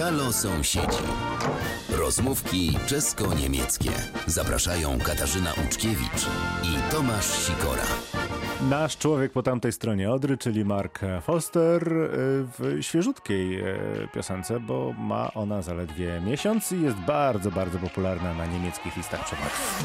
Halo Sąsiedzi. Rozmówki czesko-niemieckie. Zapraszają Katarzyna Uczkiewicz i Tomasz Sikora. Nasz człowiek po tamtej stronie Odry, czyli Mark Foster, w świeżutkiej piosence, bo ma ona zaledwie miesiąc i jest bardzo, bardzo popularna na niemieckich listach przebojów.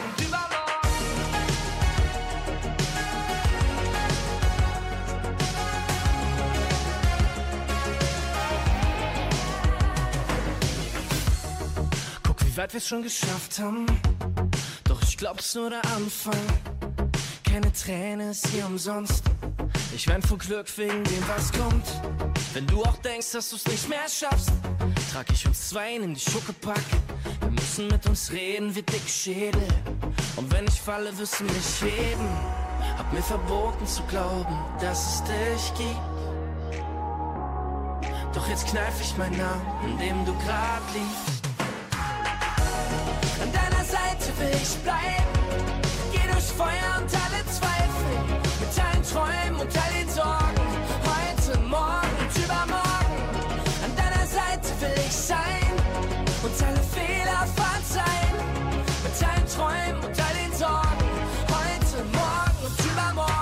Wie weit wir's schon geschafft haben, doch ich glaub's nur der Anfang. Keine Träne ist hier umsonst. Ich wein vor Glück wegen dem, was kommt. Wenn du auch denkst, dass du's nicht mehr schaffst, trag ich uns zwei in die Schuckepack. Wir müssen mit uns reden wie dicke Schädel. Und wenn ich falle, wirst du mich heben. Hab mir verboten zu glauben, dass es dich gibt. Doch jetzt kneif ich meinen Namen, in dem du grad liegst. An deiner Seite will ich bleiben. Geh durch Feuer und alle Zweifel. Mit allen Träumen und all den Sorgen. Heute, morgen und übermorgen. An deiner Seite will ich sein. Und alle Fehler verzeihen. Mit allen Träumen und all den Sorgen. Heute, morgen und übermorgen.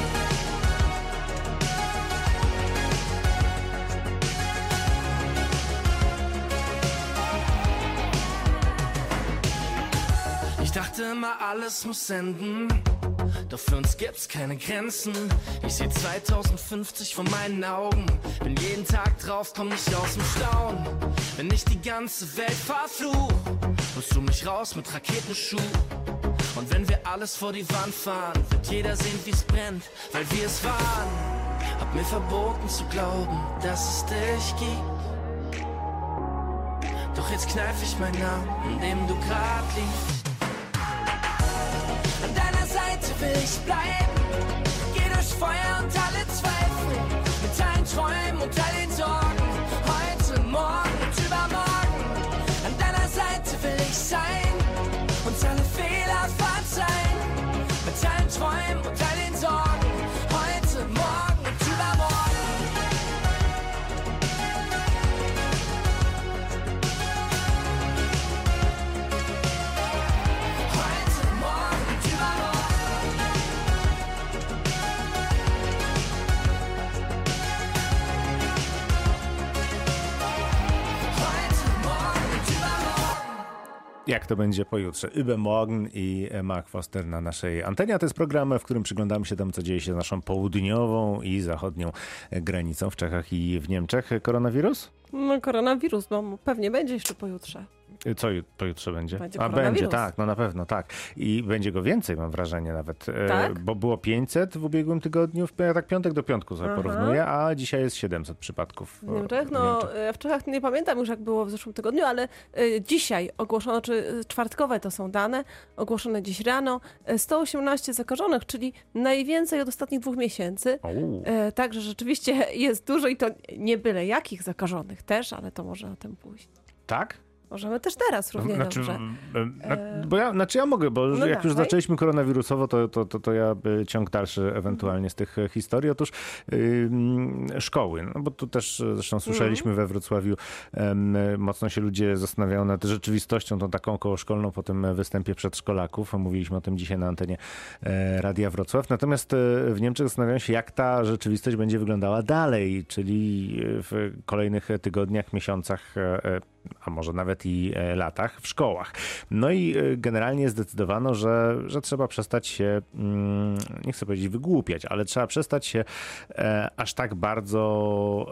Ich dachte immer, alles muss enden, doch für uns gibt's keine Grenzen. Ich seh 2050 vor meinen Augen, bin jeden Tag drauf, komm nicht aus dem Staunen. Wenn ich die ganze Welt verfluch, holst du mich raus mit Raketenschuh. Und wenn wir alles vor die Wand fahren, wird jeder sehen, wie's brennt, weil wir es waren. Hab mir verboten zu glauben, dass es dich gibt. Doch jetzt kneif ich meinen Namen, in dem du grad liegst. An deiner Seite will ich bleiben. Geh durch Feuer und alle Zweifel. Mit allen Träumen und all den Sorgen. Heute, morgen und übermorgen. An deiner Seite will ich sein. Uns alle Fehler verzeihen. Mit allen Träumen und all den Sorgen. Heute, morgen und übermorgen. Jak to będzie pojutrze? Übermorgen i Mark Foster na naszej antenie. A to jest program, w którym przyglądamy się temu, co dzieje się z naszą południową i zachodnią granicą w Czechach i w Niemczech. Koronawirus? No koronawirus, bo pewnie będzie jeszcze pojutrze. Co pojutrze będzie? Będzie, tak, no na pewno, tak. I będzie go więcej, mam wrażenie nawet. Tak? Bo było 500 w ubiegłym tygodniu, tak piątek do piątku sobie porównuję, a dzisiaj jest 700 przypadków. W Niemczech? No, w Czechach nie pamiętam już, jak było w zeszłym tygodniu, ale dzisiaj ogłoszono, czy czwartkowe to są dane, ogłoszone dziś rano, 118 zakażonych, czyli najwięcej od ostatnich 2 miesięcy. Także rzeczywiście jest dużo i to nie byle jakich zakażonych też, ale to może o tym pójść. Tak? Możemy też teraz równie dobrze. Ja mogę, bo No jak już dawaj. zaczęliśmy koronawirusowo, to ja ciąg dalszy ewentualnie z tych historii. Otóż szkoły, no bo tu też zresztą słyszeliśmy we Wrocławiu, mocno się ludzie zastanawiają nad rzeczywistością tą taką okołoszkolną po tym występie przedszkolaków. Mówiliśmy o tym dzisiaj na antenie Radia Wrocław. Natomiast w Niemczech zastanawiają się, jak ta rzeczywistość będzie wyglądała dalej, czyli w kolejnych tygodniach, miesiącach, a może nawet i latach w szkołach. No i generalnie zdecydowano, że trzeba przestać się, nie chcę powiedzieć wygłupiać, ale trzeba przestać się aż tak bardzo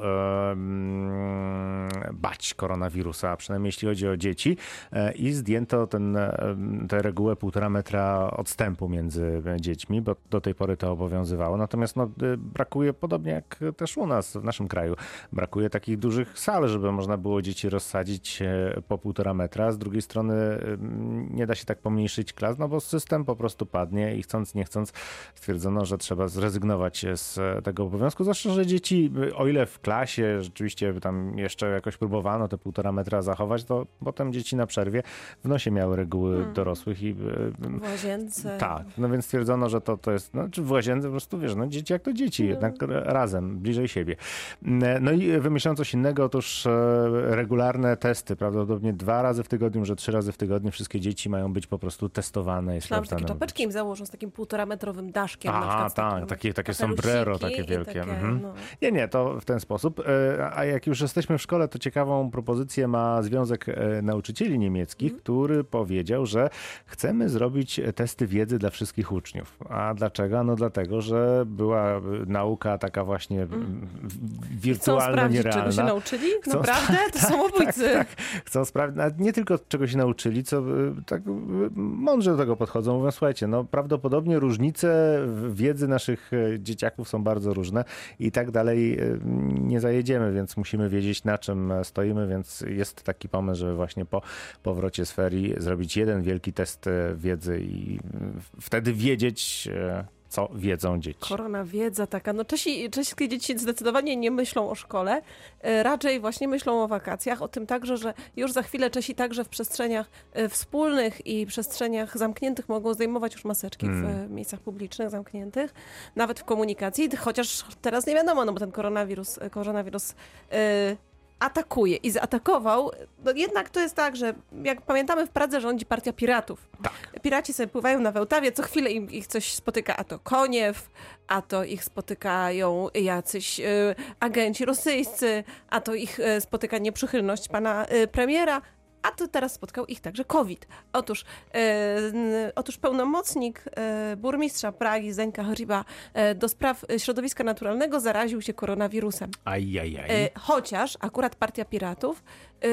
bać koronawirusa, przynajmniej jeśli chodzi o dzieci, i zdjęto tę regułę 1,5 metra odstępu między dziećmi, bo do tej pory to obowiązywało. Natomiast brakuje, podobnie jak też u nas w naszym kraju, brakuje takich dużych sal, żeby można było dzieci rozsadzić po 1,5 metra. Z drugiej strony nie da się tak pomniejszyć klas, no bo system po prostu padnie i chcąc nie chcąc stwierdzono, że trzeba zrezygnować z tego obowiązku. Zwłaszcza, że dzieci, o ile w klasie rzeczywiście tam jeszcze jakoś próbowano próbowano te 1,5 metra zachować, to potem dzieci na przerwie w nosie miały reguły dorosłych i W łazience. tak, no więc stwierdzono, że to jest, no czy w łazience po prostu, wiesz, no dzieci jak to dzieci, jednak razem, bliżej siebie. No i wymyślono coś innego, otóż regularne testy, prawdopodobnie 2 razy w tygodniu, może 3 razy w tygodniu wszystkie dzieci mają być po prostu testowane i Myślałam, że takie sprawdzane. czapeczki im założą z takim 1,5-metrowym daszkiem. na Aha, przykład, tak, takie kapelusiki sombrero, takie i wielkie. takie, Mhm. no. Nie, to w ten sposób. A jak już jesteśmy w szkole, to ciekawą propozycję ma Związek Nauczycieli Niemieckich, który powiedział, że chcemy zrobić testy wiedzy dla wszystkich uczniów. A dlaczego? No dlatego, że była nauka taka właśnie Chcą wirtualna, sprawdzić, nierealna. czego się nauczyli? Chcą Naprawdę? To samobójcy. Tak. Chcą sprawdzić, nawet nie tylko czego się nauczyli, co tak mądrze do tego podchodzą. Mówią, słuchajcie, no prawdopodobnie różnice w wiedzy naszych dzieciaków są bardzo różne i tak dalej nie zajedziemy, więc musimy wiedzieć, na czym stoimy, więc jest taki pomysł, żeby właśnie po powrocie z ferii zrobić jeden wielki test wiedzy i wtedy wiedzieć, co wiedzą dzieci. Korona wiedza taka. No czeskie dzieci zdecydowanie nie myślą o szkole, raczej właśnie myślą o wakacjach, o tym także, że już za chwilę Czesi także w przestrzeniach wspólnych i przestrzeniach zamkniętych mogą zdejmować już maseczki w miejscach publicznych zamkniętych, nawet w komunikacji, chociaż teraz nie wiadomo, no bo ten koronawirus atakuje i zaatakował. No jednak to jest tak, że jak pamiętamy, w Pradze rządzi partia piratów. Tak. Piraci sobie pływają na Wełtawie, co chwilę ich coś spotyka, a to koniew, a to ich spotykają jacyś agenci rosyjscy, a to ich spotyka nieprzychylność pana premiera, a to teraz spotkał ich także COVID. Otóż pełnomocnik burmistrza Pragi, Zdeńka Hryba, do spraw środowiska naturalnego zaraził się koronawirusem. Ajajaj. Chociaż akurat Partia Piratów,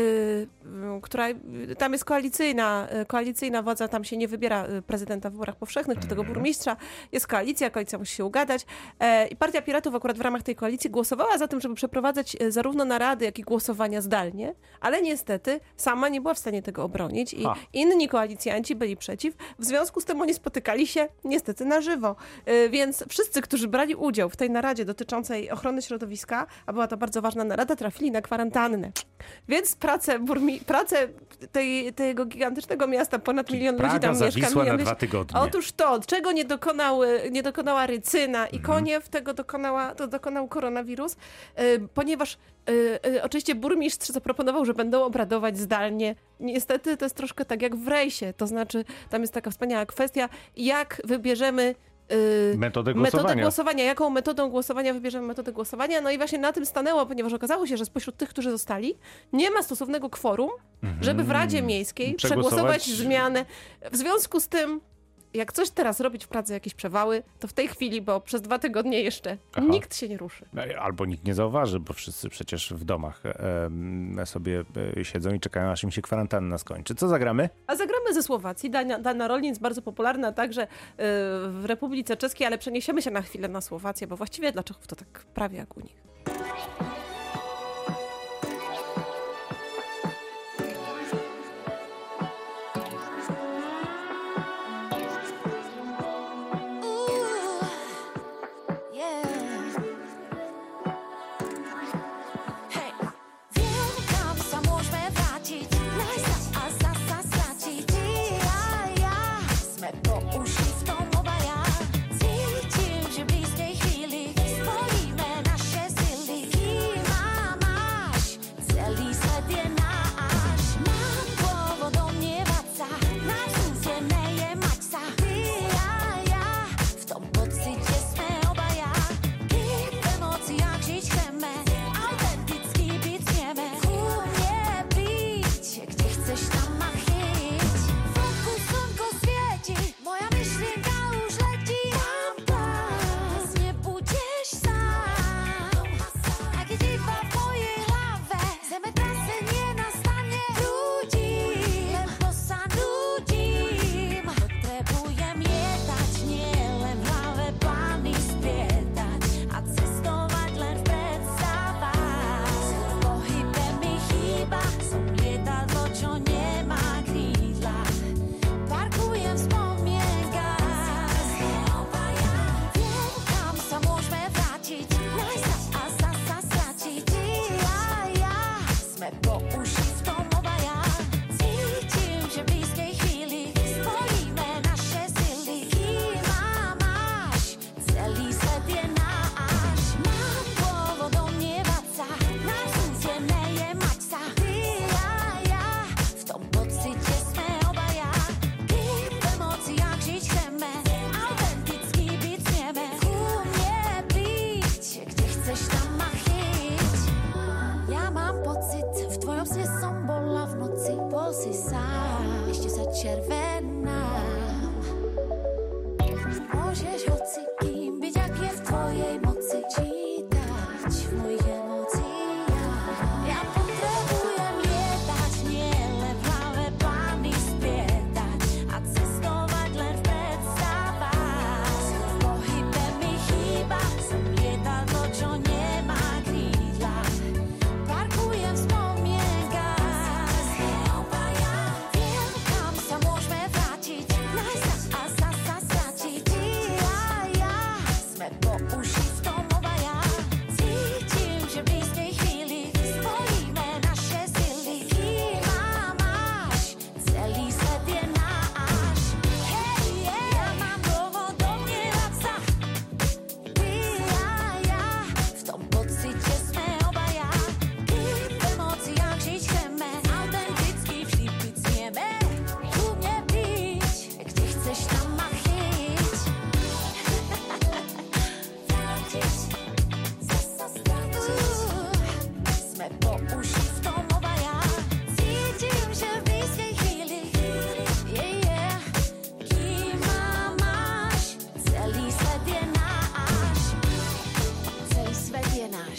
która tam jest koalicyjna władza, tam się nie wybiera prezydenta w wyborach powszechnych, czy tego burmistrza, jest koalicja musi się ugadać i Partia Piratów akurat w ramach tej koalicji głosowała za tym, żeby przeprowadzać zarówno narady, jak i głosowania zdalnie, ale niestety sama nie była w stanie tego obronić i inni koalicjanci byli przeciw. W związku z tym oni spotykali się niestety na żywo. Więc wszyscy, którzy brali udział w tej naradzie dotyczącej ochrony środowiska, a była to bardzo ważna narada, trafili na kwarantannę. Więc pracę tego gigantycznego miasta, ponad milion ludzi tam mieszka. Zawisła na 2 tygodnie. Otóż to, czego nie dokonała Rycyna i Koniew, tego dokonał koronawirus, ponieważ oczywiście burmistrz zaproponował, że będą obradować zdalnie. Niestety to jest troszkę tak jak w rejsie, to znaczy tam jest taka wspaniała kwestia, jak wybierzemy metodę głosowania. Jaką metodą głosowania wybierzemy metodę głosowania? No i właśnie na tym stanęło, ponieważ okazało się, że spośród tych, którzy zostali, nie ma stosownego kworum, żeby w Radzie Miejskiej przegłosować zmianę. W związku z tym, jak coś teraz robić w Pradze, jakieś przewały, to w tej chwili, bo przez 2 tygodnie jeszcze nikt się nie ruszy. Albo nikt nie zauważy, bo wszyscy przecież w domach sobie siedzą i czekają, aż im się kwarantanna skończy. Co zagramy? A zagramy ze Słowacji. Dana Rolnic, bardzo popularna także w Republice Czeskiej, ale przeniesiemy się na chwilę na Słowację, bo właściwie dla Czechów to tak prawie jak u nich. Cítím, že v blízké chvíli spojíme naše síly. Ja mám pocit, v tvojom sne som bola v noci, bol si sám, ešte sa červenám. Môžeš hoci kým byť, ak je v tvojej moci, čítať v mojich emóciách. Ja potrebujem lietať, nie len v hlave plány spietať a cestovať len v predstavách. V pohybe mi chýba, som lietadlo, čo nemá krídla. Parkujem v spomienkach. Sme obaja, viem, kam sa môžeme vrátiť, nájsť sa a zasa stratiť. Ty a ja sme po uši v tom obaja. Cítim, že v blízkej chvíli spojíme naše sily. Kým ma máš, celý svet je náš. Hej, ja mám dôvod domnievať sa. Ty a ja, v tom pocite sme obaja. Kým v emóciách žiť chceme, autenticky vždy byť smieme. Tu mne byť, kde chceš tam ma chyť. Vrátiť, zasa stratiť. Sme po uši v tom obaja. Cítim, že v blízkej chvíli kým ma máš, celý svet je náš. Celý svet je náš.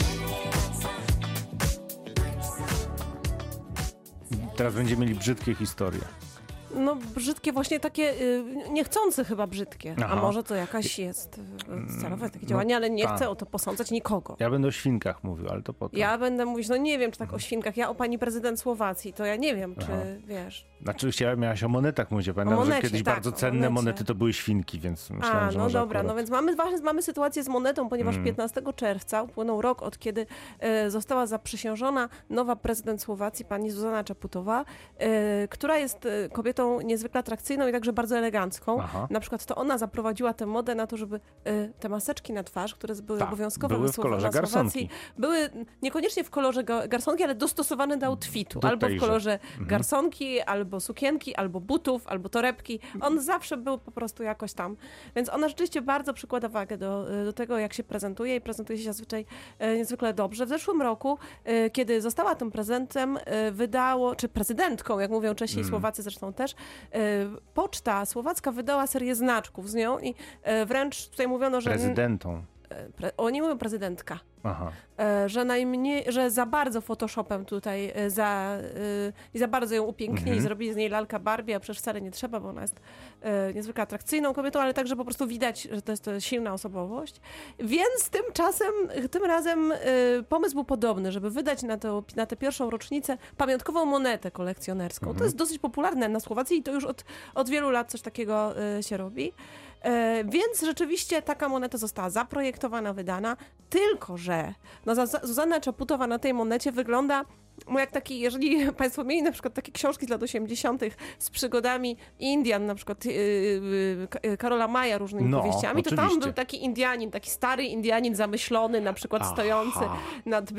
Teraz będziemy mieli brzydkie historie. No brzydkie, właśnie takie niechcące chyba brzydkie. Aha. A może to jakaś jest celowe takie działanie, ale nie tak. chcę o to posądzać nikogo. Ja będę o świnkach mówił, ale to potem. Ja będę mówić, no nie wiem, czy tak o świnkach. Ja o pani prezydent Słowacji, to ja nie wiem, czy wiesz. Znaczy miałaś o monetach mówić. Ja pamiętam, monecie, że kiedyś tak, bardzo o cenne monecie. monety to były świnki, więc myślałem, A, że no może dobra, akurat... no więc mamy sytuację z monetą, ponieważ 15 czerwca upłynął rok, od kiedy została zaprzysiężona nowa prezydent Słowacji, pani Zuzana Čaputová, która jest kobietą niezwykle atrakcyjną i także bardzo elegancką. Aha. Na przykład to ona zaprowadziła tę modę na to, żeby te maseczki na twarz, które były Tak, obowiązkowe były w kolorze na Słowacji, garsonki. były niekoniecznie w kolorze garsonki, ale dostosowane do outfitu. Do Albo w tejże. kolorze garsonki, albo sukienki, albo butów, albo torebki. On zawsze był po prostu jakoś tam. Więc ona rzeczywiście bardzo przykłada wagę do tego, jak się prezentuje i prezentuje się zazwyczaj niezwykle dobrze. W zeszłym roku, kiedy została tym prezydentem, czy prezydentką, jak mówią Czesi i Słowacy zresztą też, Poczta Słowacka wydała serię znaczków z nią i wręcz tutaj mówiono, że... Prezydentą. Oni mówią prezydentka. Aha. Że za bardzo Photoshopem tutaj i za bardzo ją upięknili, zrobili z niej lalka Barbie, a przecież wcale nie trzeba, bo ona jest niezwykle atrakcyjną kobietą, ale także po prostu widać, że to jest silna osobowość. Więc tym razem pomysł był podobny, żeby wydać na tę pierwszą rocznicę pamiątkową monetę kolekcjonerską. To jest dosyć popularne na Słowacji i to już od wielu lat coś takiego się robi. Więc rzeczywiście taka moneta została zaprojektowana, wydana, tylko że Zuzana Čaputová na tej monecie wygląda jak taki, jeżeli państwo mieli na przykład takie książki z lat 80. z przygodami Indian, na przykład Karola Maja różnymi powieściami, to tam był taki Indianin, taki stary Indianin zamyślony, na przykład stojący nad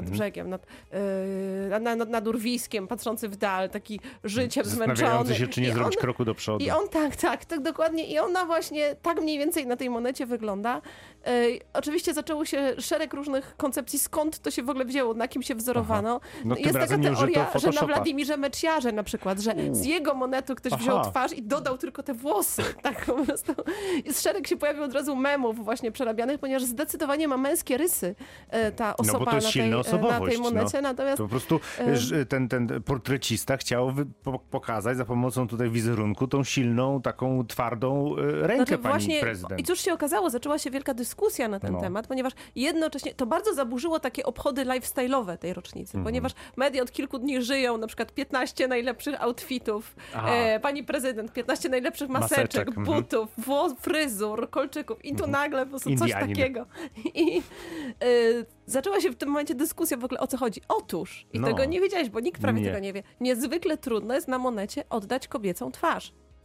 nad urwiskiem, patrzący w dal, taki życiem zmęczony. Zastanawiający się, czy nie zrobić kroku do przodu. I on tak dokładnie. I ona właśnie tak mniej więcej na tej monecie wygląda. Oczywiście zaczęło się szereg różnych koncepcji, skąd to się w ogóle wzięło, na kim się wzorowano. No, jest taka teoria, że na Wladimirze Meciarze na przykład, że z jego monetu ktoś wziął twarz i dodał tylko te włosy. Tak po prostu. Jest szereg się pojawił od razu memów właśnie przerabianych, ponieważ zdecydowanie ma męskie rysy ta osoba bo to jest silna osobowość, na tej monecie. Natomiast to po prostu ten portrecista chciał pokazać za pomocą tutaj wizerunku tą silną, taką twardą rękę pani prezydent. I cóż się okazało, zaczęła się wielka dyskusja na ten temat, ponieważ jednocześnie to bardzo zaburzyło takie obchody lifestyle'owe tej rocznicy, ponieważ media od kilku dni żyją, na przykład 15 najlepszych outfitów, pani prezydent, 15 najlepszych maseczek, butów, fryzur, kolczyków i tu nagle po prostu coś takiego. I zaczęła się w tym momencie dyskusja w ogóle o co chodzi. Otóż, i tego nie wiedziałeś, bo nikt prawie tego nie wie, niezwykle trudno jest na monecie oddać kobiecą twarz.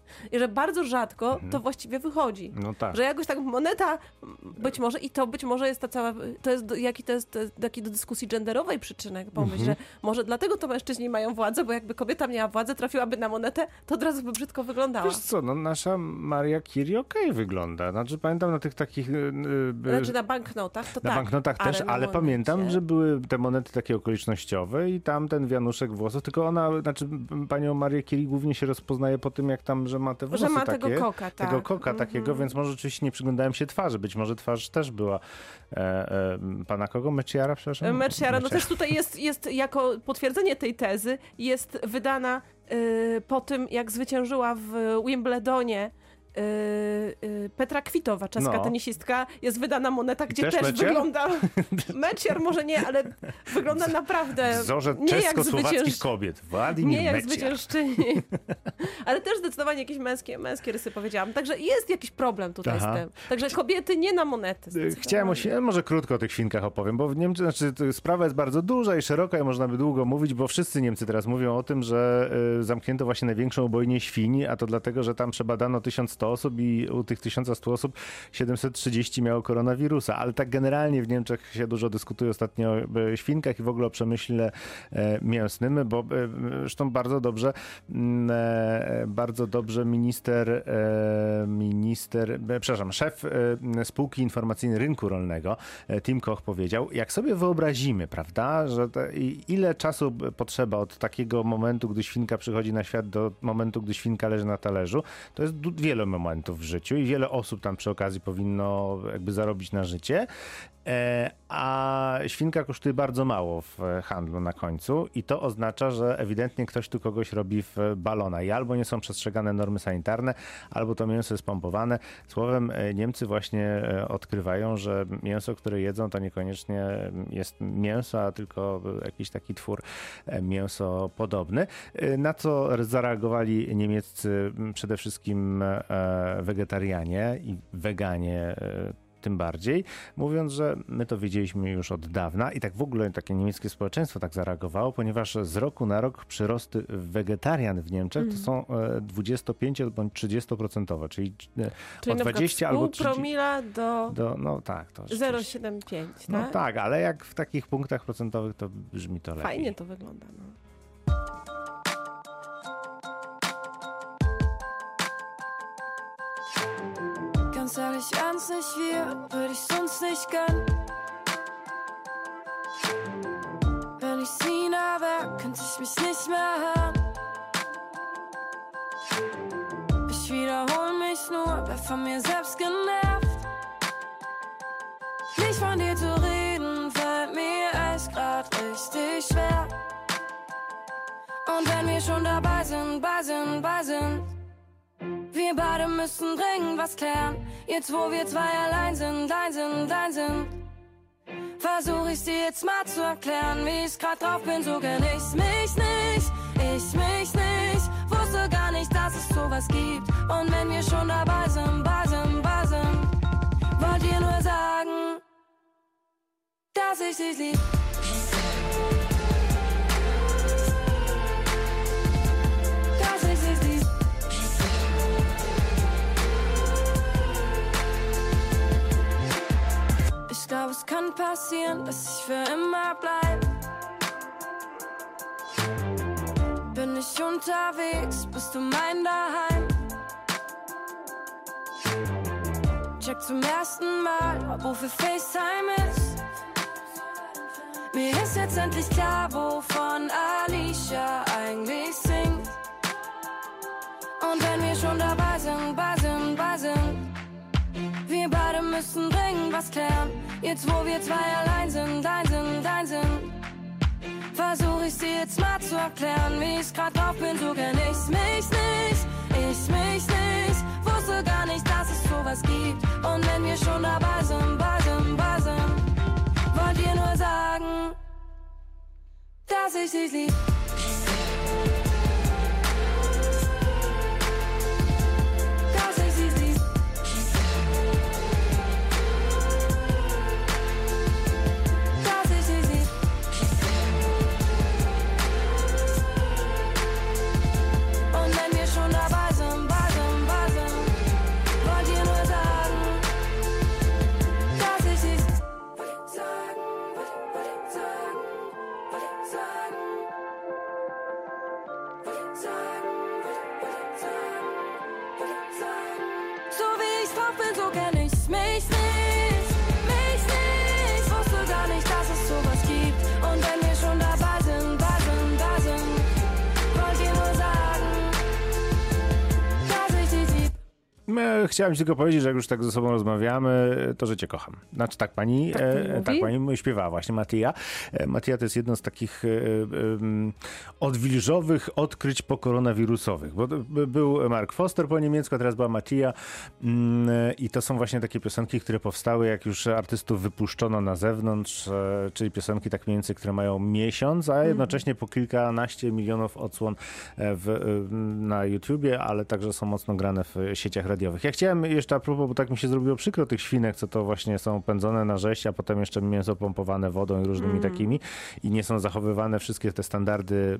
I że bardzo rzadko to właściwie wychodzi. No tak. Że jakoś tak moneta, być może jest ta cała, to jest taki do dyskusji genderowej przyczynek, pomyśl, że może dlatego to mężczyźni mają władzę, bo jakby kobieta miała władzę, trafiłaby na monetę, to od razu by brzydko wyglądała. Wiesz co, no nasza Maria Curie okej wygląda. Znaczy pamiętam na tych takich... Znaczy na banknotach to na tak. banknotach też, na ale monecie. pamiętam, że były te monety takie okolicznościowe i tam ten wianuszek włosów, tylko ona, znaczy panią Marię Curie głównie się rozpoznaje po tym, jak tam, że ma te włosy Że ma takie. tego koka, tak. Tego koka takiego, więc może oczywiście nie przyglądałem się twarzy. Być może twarz też była pana kogo? Meciara, przepraszam? Meciara, no też tutaj jest jako potwierdzenie tej tezy, jest wydana po tym, jak zwyciężyła w Wimbledonie Petra Kwitowa, czeska tenisistka, jest wydana moneta, gdzie też wygląda... Meciar może nie, ale wygląda naprawdę wzorzec nie jak czesko-słowackich kobiet. Władimir nie jak Meciar. zwyciężczyni. Ale też zdecydowanie jakieś męskie rysy powiedziałam. Także jest jakiś problem tutaj z tym. Także kobiety nie na monety. Chciałem może krótko o tych świnkach opowiem, bo w Niemczech, sprawa jest bardzo duża i szeroka i można by długo mówić, bo wszyscy Niemcy teraz mówią o tym, że zamknięto właśnie największą ubojnię świń, a to dlatego, że tam przebadano 1100 osób i u tych 1100 osób 730 miało koronawirusa. Ale tak generalnie w Niemczech się dużo dyskutuje ostatnio o świnkach i w ogóle o przemyśle mięsnym, bo zresztą bardzo dobrze szef spółki informacyjnej rynku rolnego, Tim Koch, powiedział, jak sobie wyobrazimy, prawda, że ile czasu potrzeba od takiego momentu, gdy świnka przychodzi na świat, do momentu, gdy świnka leży na talerzu, to jest wiele momentów w życiu i wiele osób tam przy okazji powinno jakby zarobić na życie. A świnka kosztuje bardzo mało w handlu na końcu i to oznacza, że ewidentnie ktoś tu kogoś robi w balona i albo nie są przestrzegane normy sanitarne, albo to mięso jest pompowane. Słowem, Niemcy właśnie odkrywają, że mięso, które jedzą, to niekoniecznie jest mięso, a tylko jakiś taki twór mięsopodobny. Na co zareagowali niemieccy przede wszystkim wegetarianie i weganie tym bardziej, mówiąc, że my to wiedzieliśmy już od dawna i tak w ogóle takie niemieckie społeczeństwo tak zareagowało, ponieważ z roku na rok przyrosty wegetarian w Niemczech to są 25 bądź 30%, czyli od 20 albo 30 promila do no tak, to 0,75, tak? No tak, ale jak w takich punktach procentowych to brzmi to lepiej. Fajnie to wygląda, no. Ganz ehrlich, ernst nicht wir, würde ich sonst nicht gönnen. Wenn ich Sina wär, könnte ich mich nicht mehr hören. Ich wiederhol mich nur, wär von mir selbst genervt. Nicht von dir zu reden, fällt mir echt grad richtig schwer. Und wenn wir schon dabei sind, wir beide müssen dringend was klären. Jetzt wo wir zwei allein sind, dein sind. Versuch ich's dir jetzt mal zu erklären, wie ich grad drauf bin, so kenn ich mich nicht. Wusste gar nicht, dass es sowas gibt. Und wenn wir schon dabei sind, wollt ihr nur sagen, dass ich dich lieb. Ich glaube, es kann passieren, dass ich für immer bleib. Bin ich unterwegs, bist du mein Daheim. Check zum ersten Mal, ob wofür FaceTime ist. Mir ist jetzt endlich klar, wovon Alicia eigentlich singt. Und wenn wir schon dabei sind, wir beide müssen dringend was klären. Jetzt wo wir zwei allein sind, dein sind. Versuch ich's dir jetzt mal zu erklären, wie ich's grad drauf bin, so kenn ich mich nicht. Wusste gar nicht, dass es sowas gibt. Und wenn wir schon dabei sind, wollt ihr nur sagen, dass ich dich lieb. jetzt drauf bin, so kenn ich's mich nicht. Wusste gar nicht, dass es sowas gibt. Und wenn wir schon dabei sind, wollt ihr nur sagen, dass ich dich lieb. Chciałem ci tylko powiedzieć, że jak już tak ze sobą rozmawiamy, to że cię kocham. Znaczy tak pani śpiewała właśnie, Mattia. Mattia to jest jedno z takich odwilżowych odkryć pokoronawirusowych, bo był Mark Foster po niemiecku, a teraz była Mattia i to są właśnie takie piosenki, które powstały, jak już artystów wypuszczono na zewnątrz, czyli piosenki tak mniej więcej, które mają miesiąc, a jednocześnie po kilkanaście milionów odsłon na YouTubie, ale także są mocno grane w sieciach radiowych. Ja chciałem jeszcze a propos, bo tak mi się zrobiło przykro tych świnek, co to właśnie są pędzone na rzeź, a potem jeszcze mięso pompowane wodą i różnymi takimi i nie są zachowywane wszystkie te standardy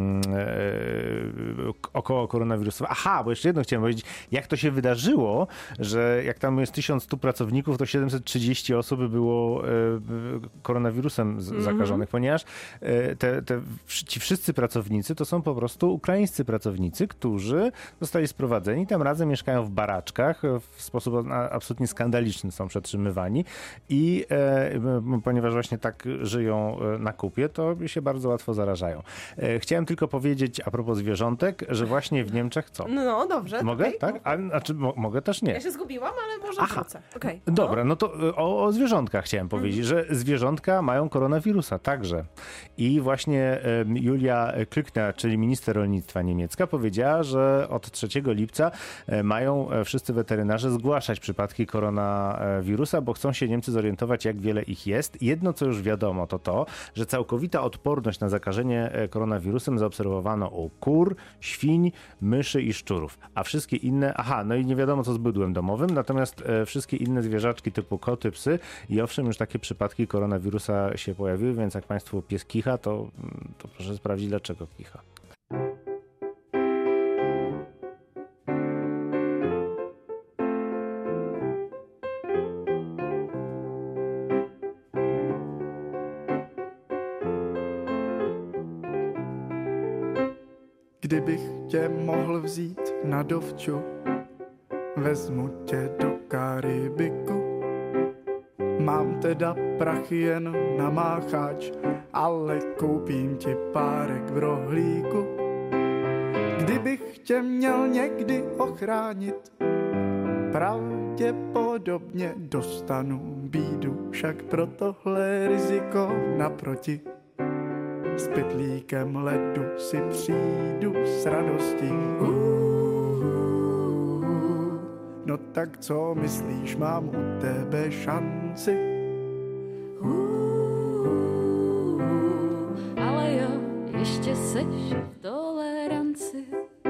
około koronawirusowe. Aha, bo jeszcze jedno chciałem powiedzieć, jak to się wydarzyło, że jak tam jest 1100 pracowników, to 730 osób było koronawirusem zakażonych, ponieważ ci wszyscy pracownicy to są po prostu ukraińscy pracownicy, którzy zostali sprowadzeni, tam razem mieszkają w baraczkach, w sposób absolutnie skandaliczny są przetrzymywani i ponieważ właśnie tak żyją na kupie, to się bardzo łatwo zarażają. Chciałem tylko powiedzieć a propos zwierzątek, że właśnie w Niemczech co? No dobrze. Mogę? Okay. Tak? Znaczy mogę też nie. Ja się zgubiłam, ale może wrócę. Okay. Dobra, no to o zwierzątkach chciałem powiedzieć, że zwierzątka mają koronawirusa także. I właśnie Julia Klückner, czyli minister rolnictwa niemiecka, powiedziała, że od 3 lipca mają wszyscy weterynarze zgłaszać przypadki koronawirusa, bo chcą się Niemcy zorientować, jak wiele ich jest. Jedno, co już wiadomo, to, że całkowita odporność na zakażenie koronawirusem zaobserwowano u kur, świń, myszy i szczurów. A wszystkie inne, no i nie wiadomo, co z bydłem domowym, natomiast wszystkie inne zwierzaczki typu koty, psy i owszem, już takie przypadki koronawirusa się pojawiły, więc jak państwu pies kicha, to proszę sprawdzić, dlaczego kicha. Kdybych tě mohl vzít na dovču, vezmu tě do Karibiku. Mám teda prachy jen na mácháč, ale koupím ti párek v rohlíku. Kdybych tě měl někdy ochránit, pravděpodobně dostanu bídu, však pro tohle riziko naproti. S pytlíkem ledu si přijdu s radostí. No tak co myslíš, mám u tebe šanci? Ale jo, ještě seš v toleranci.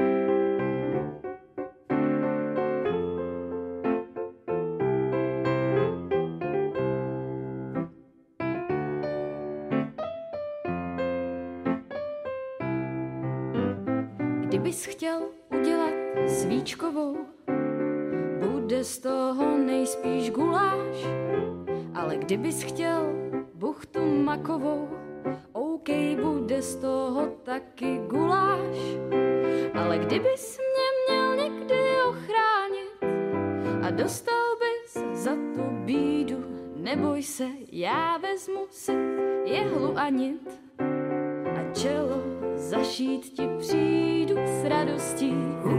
Kdybys chtěl udělat svíčkovou, bude z toho nejspíš guláš. Ale kdybys chtěl buchtu makovou, OK, bude z toho taky guláš. Ale kdybys mě měl někdy ochránit a dostal bys za tu bídu, neboj se, já vezmu si jehlu a nit a čelo zašít ti přijdu s radostí.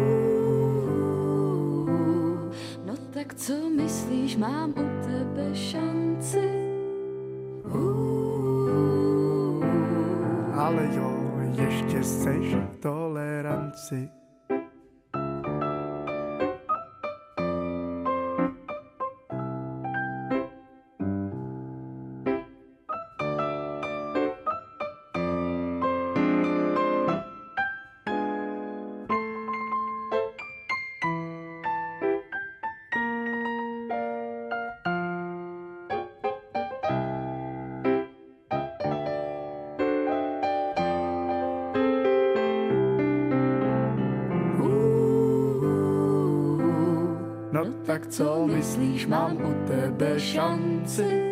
No tak co myslíš, mám u tebe šanci? Ale jo, ještě seš v toleranci. No tak co myslíš, mám u tebe šanci?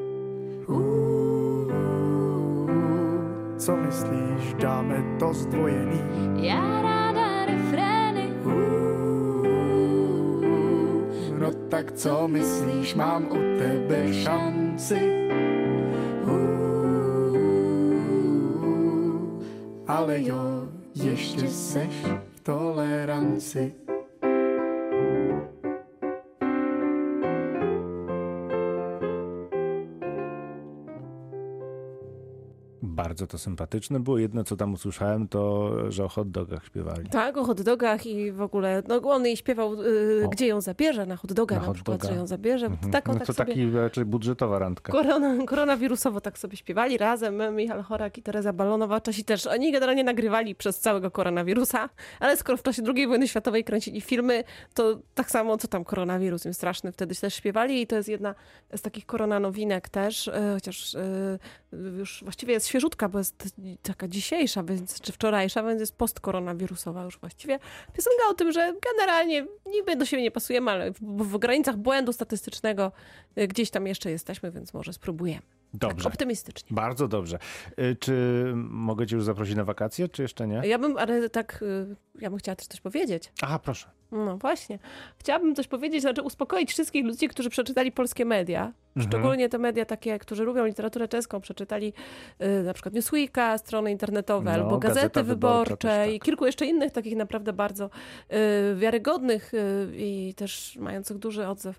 Co myslíš, dáme to zdvojený? Já ráda refrény. No tak co myslíš, mám u tebe šanci. Ale jo, ještě seš v toleranci. Bardzo to sympatyczne było. Jedno, co tam usłyszałem, to, że o hot dogach śpiewali. Tak, o hot dogach i w ogóle, no on jej śpiewał, gdzie ją zabierze, na hot doga na przykład, że ją zabierze. No to taki raczej budżetowa randka. Koronawirusowo tak sobie śpiewali razem, Michał Chorak i Teresa Balonowa. Czasi też, oni generalnie nagrywali przez całego koronawirusa, ale skoro w czasie II wojny światowej kręcili filmy, to tak samo, co tam koronawirus, im straszny, wtedy też śpiewali i to jest jedna z takich koronanowinek też, chociaż już właściwie jest świeżutka, bo jest taka dzisiejsza, czy wczorajsza, więc jest postkoronawirusowa już właściwie. Piosenka o tym, że generalnie niby do siebie nie pasujemy, ale w granicach błędu statystycznego gdzieś tam jeszcze jesteśmy, więc może spróbujemy. Dobrze. Tak optymistycznie. Bardzo dobrze. Czy mogę cię już zaprosić na wakacje, czy jeszcze nie? Ja bym chciała też coś powiedzieć. Aha, proszę. No właśnie. Chciałabym coś powiedzieć, znaczy uspokoić wszystkich ludzi, którzy przeczytali polskie media. Szczególnie te media takie, którzy lubią literaturę czeską, przeczytali na przykład Newsweeka, strony internetowe, albo Gazety Wyborcze i kilku jeszcze innych takich naprawdę bardzo wiarygodnych i też mających duży odzew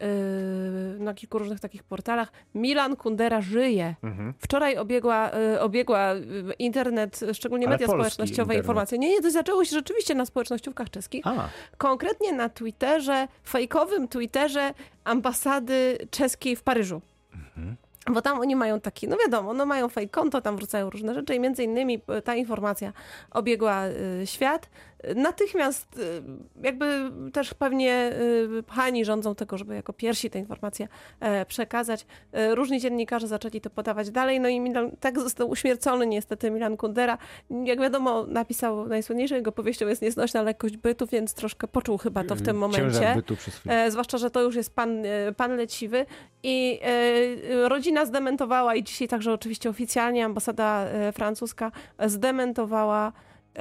na kilku różnych takich portalach. Milan Kundera żyje. Wczoraj obiegła internet, szczególnie Ale media społecznościowe, internet. informacje. Nie, to zaczęło się rzeczywiście na społecznościówkach czeskich. Konkretnie na Twitterze, fejkowym Twitterze ambasady czeskiej w Paryżu. Bo tam oni mają taki, no wiadomo, no mają fake konto, tam wrzucają różne rzeczy i między innymi ta informacja obiegła świat. Natychmiast jakby też pewnie pchani rządzą tego, żeby jako pierwsi tę informację przekazać. Różni dziennikarze zaczęli to podawać dalej, no i tak został uśmiercony niestety Milan Kundera. Jak wiadomo, napisał najsłynniejszą jego powieścią jest Nieznośna lekkość bytu, więc troszkę poczuł chyba to w tym momencie. Ciężar bytu przez chwilę. Zwłaszcza, że to już jest pan leciwy i rodzina zdementowała i dzisiaj także oczywiście oficjalnie ambasada francuska zdementowała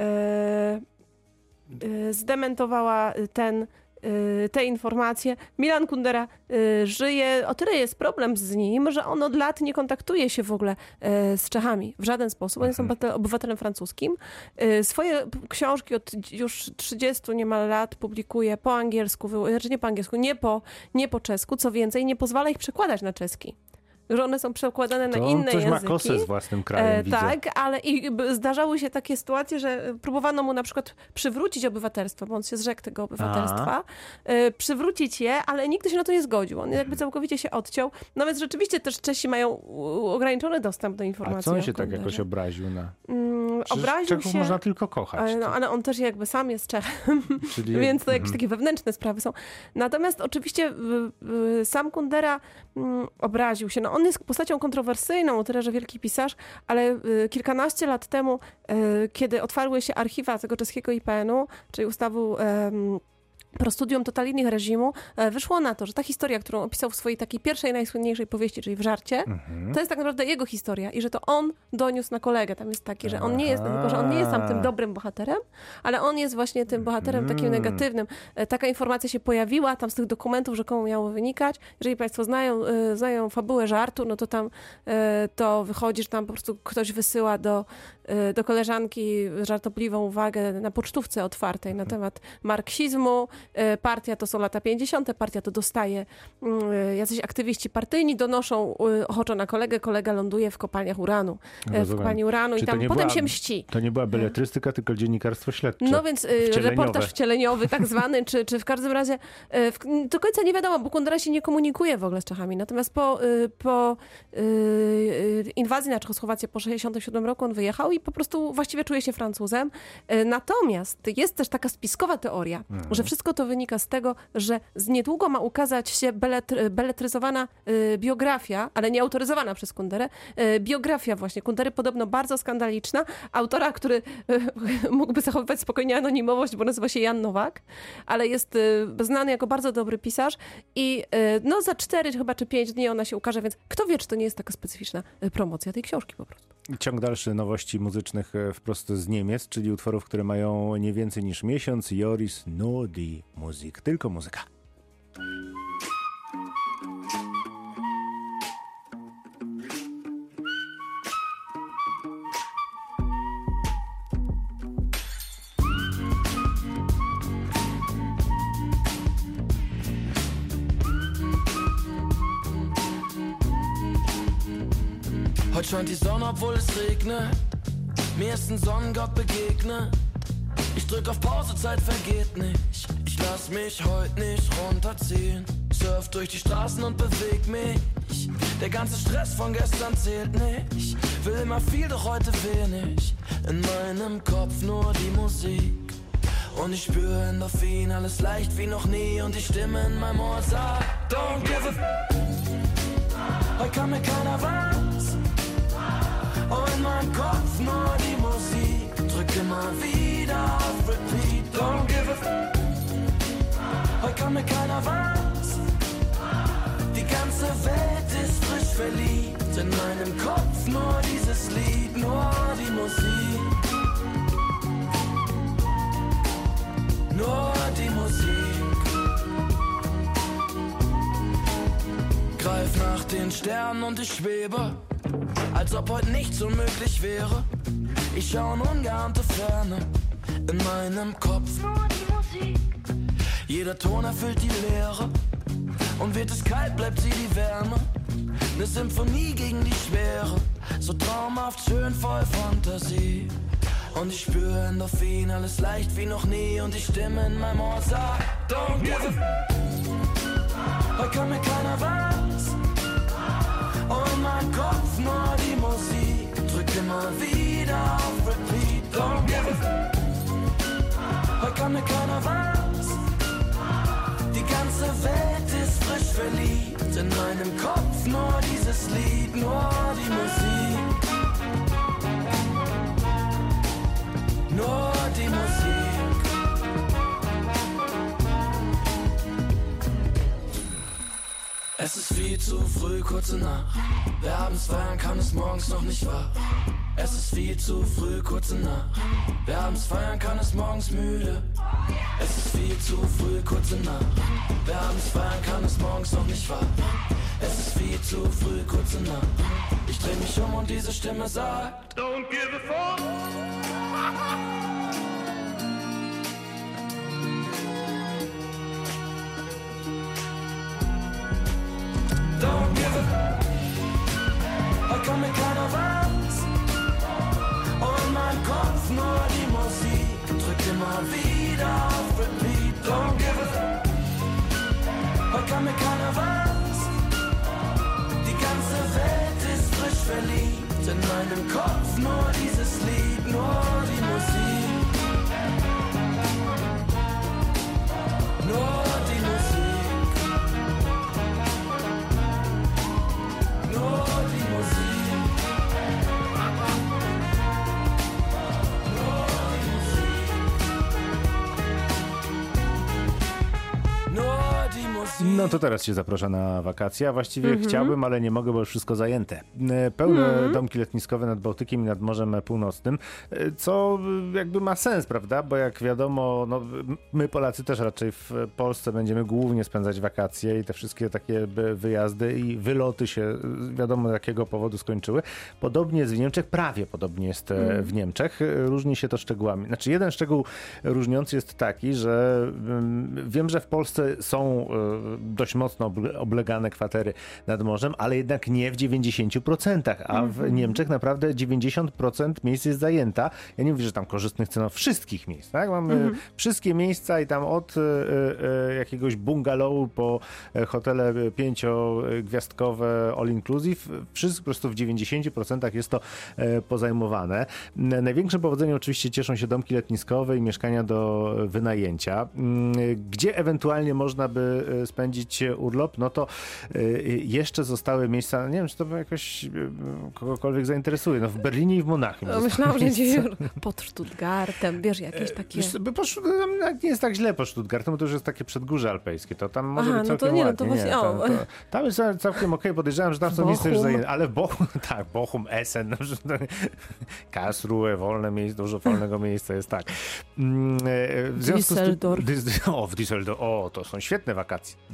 te informacje. Milan Kundera żyje, o tyle jest problem z nim, że on od lat nie kontaktuje się w ogóle z Czechami w żaden sposób. On jest obywatelem francuskim. Swoje książki od już 30 niemal lat publikuje po angielsku, znaczy nie po angielsku, nie po czesku, co więcej, nie pozwala ich przekładać na czeski. Że one są przekładane na inne języki. To ma kosę z własnym krajem, widzę. Tak, ale zdarzały się takie sytuacje, że próbowano mu na przykład przywrócić obywatelstwo, bo on się zrzekł tego obywatelstwa, przywrócić je, ale nikt się na to nie zgodził. On jakby całkowicie się odciął. No więc rzeczywiście też Czesi mają ograniczony dostęp do informacji. A co on się tak jakoś obraził na... Obraził Czechów się... można tylko kochać. No, ale on też jakby sam jest Czechem, więc to jakieś takie wewnętrzne sprawy są. Natomiast oczywiście sam Kundera obraził się. No on jest postacią kontrowersyjną, o tyle, że wielki pisarz, ale kilkanaście lat temu, kiedy otwarły się archiwa tego czeskiego IPN-u, czyli ustawu pro studium totalnych reżimu, wyszło na to, że ta historia, którą opisał w swojej takiej pierwszej, najsłynniejszej powieści, czyli w Żarcie, to jest tak naprawdę jego historia i że to on doniósł na kolegę. Tam jest taki, że on nie jest, tylko że on nie jest tam tym dobrym bohaterem, ale on jest właśnie tym bohaterem takim negatywnym. Taka informacja się pojawiła, tam z tych dokumentów rzekomo miało wynikać. Jeżeli państwo znają fabułę Żartu, no to tam to wychodzi, że tam po prostu ktoś wysyła do koleżanki żartobliwą uwagę na pocztówce otwartej na temat marksizmu. Partia to są lata 50., partia to dostaje jacyś aktywiści partyjni, donoszą ochoczo na kolegę, kolega ląduje w kopalniach uranu. W kopalni uranu i tam potem się mści. To nie była beletrystyka, tylko dziennikarstwo śledcze. No więc reportaż wcieleniowy tak zwany, czy w każdym razie do końca nie wiadomo, bo Kundera się nie komunikuje w ogóle z Czechami. Natomiast po inwazji na Czechosłowację po 1967 roku on wyjechał i po prostu właściwie czuje się Francuzem. Natomiast jest też taka spiskowa teoria, że wszystko to wynika z tego, że niedługo ma ukazać się beletryzowana biografia, ale nie autoryzowana przez Kunderę, biografia właśnie Kundery, podobno bardzo skandaliczna, autora, który mógłby zachowywać spokojnie anonimowość, bo nazywa się Jan Nowak, ale jest znany jako bardzo dobry pisarz i no za 4 chyba czy 5 dni ona się ukaże, więc kto wie, czy to nie jest taka specyficzna promocja tej książki po prostu. Ciąg dalszy nowości muzycznych wprost z Niemiec, czyli utworów, które mają nie więcej niż miesiąc. Joris, nur die Musik, tylko muzyka. Heute scheint die Sonne, obwohl es regnet. Mir ist ein Sonnengott begegnet. Ich drück auf Pause, Zeit vergeht nicht. Ich lass mich heute nicht runterziehen. Surf durch die Straßen und beweg mich. Der ganze Stress von gestern zählt nicht. Will immer viel, doch heute wenig. In meinem Kopf nur die Musik. Und ich spüre Endorphin, alles leicht wie noch nie. Und die Stimme in meinem Ohr sagt: Don't give a f***. Heute kann mir keiner was. Oh, in meinem Kopf nur die Musik. Drück immer wieder auf Repeat. Don't give a f***. Heute kann mir keiner was. Die ganze Welt ist frisch verliebt. In meinem Kopf nur dieses Lied, nur die Musik. Nur die Musik. Greif nach den Sternen und ich schwebe, als ob heute nichts unmöglich wäre. Ich schau in ungeahnte Ferne, in meinem Kopf nur die Musik. Jeder Ton erfüllt die Leere, und wird es kalt, bleibt sie die Wärme. Ne Symphonie gegen die Schwere, so traumhaft schön voll Fantasie. Und ich spüre Endorphin, alles leicht wie noch nie. Und die Stimme in meinem Ohr sagt: Don't give a f***. Heute kann mir keiner was. Oh, in meinem Kopf nur die Musik. Drück immer wieder auf Repeat. Don't give a f***. Heute kann mir keiner was. Die ganze Welt ist frisch verliebt. In meinem Kopf nur dieses Lied, nur die Musik. Nur die Musik. Es ist viel zu früh, kurze Nacht. Wer abends feiern kann, ist morgens noch nicht wach. Es ist viel zu früh, kurze Nacht. Wer abends feiern kann, ist morgens müde. Es ist viel zu früh, kurze Nacht. Wer abends feiern kann, ist morgens noch nicht wach. Es ist viel zu früh, kurze Nacht. Ich dreh mich um und diese Stimme sagt: Don't give a fuck. Don't give a f***. Heute kann mir keiner was. Oh, in meinem Kopf nur die Musik. Drück immer wieder auf Repeat. Don't give a f***. Heute kann mir keiner was. Die ganze Welt ist frisch verliebt. In meinem Kopf nur dieses Lied, nur die Musik. Nur die Musik. Nur die Musik. Nur die Musik. Nur die Musik. No to teraz się zaprasza na wakacje, a właściwie chciałbym, ale nie mogę, bo już wszystko zajęte. Pełne domki letniskowe nad Bałtykiem i nad Morzem Północnym, co jakby ma sens, prawda? Bo jak wiadomo, no, my Polacy też raczej w Polsce będziemy głównie spędzać wakacje i te wszystkie takie wyjazdy i wyloty się wiadomo z jakiego powodu skończyły. Podobnie jest w Niemczech, prawie podobnie jest w Niemczech. Różni się to szczegółami. Znaczy jeden szczegół różniący jest taki, że wiem, że w Polsce są dość mocno oblegane kwatery nad morzem, ale jednak nie w 90%, a w Niemczech naprawdę 90% miejsc jest zajęta. Ja nie mówię, że tam korzystnych cenach wszystkich miejsc, tak? Mamy wszystkie miejsca i tam od jakiegoś bungalowu po hotele 5-gwiazdkowe all inclusive, wszystko po prostu w 90% jest to pozajmowane. Największym powodzeniem oczywiście cieszą się domki letniskowe i mieszkania do wynajęcia. Gdzie ewentualnie można by spędzić urlop, no to jeszcze zostały miejsca, nie wiem, czy to jakoś kogokolwiek zainteresuje, no w Berlinie i w Monachium. No, myślałam, że gdzieś pod Stuttgartem, wiesz, jakieś takie... Nie jest tak źle pod Stuttgartem, bo to już jest takie przedgórze alpejskie, to tam może być no całkiem to nie, ładnie. no to właśnie, tam jest całkiem okej, podejrzewam, że tam są miejsca już zajęte, ale Bochum, tak, Bochum, Essen, Karlsruhe, wolne miejsce, dużo wolnego miejsca jest, tak. Düsseldorf. W Düsseldorf, to są świetne wakacje.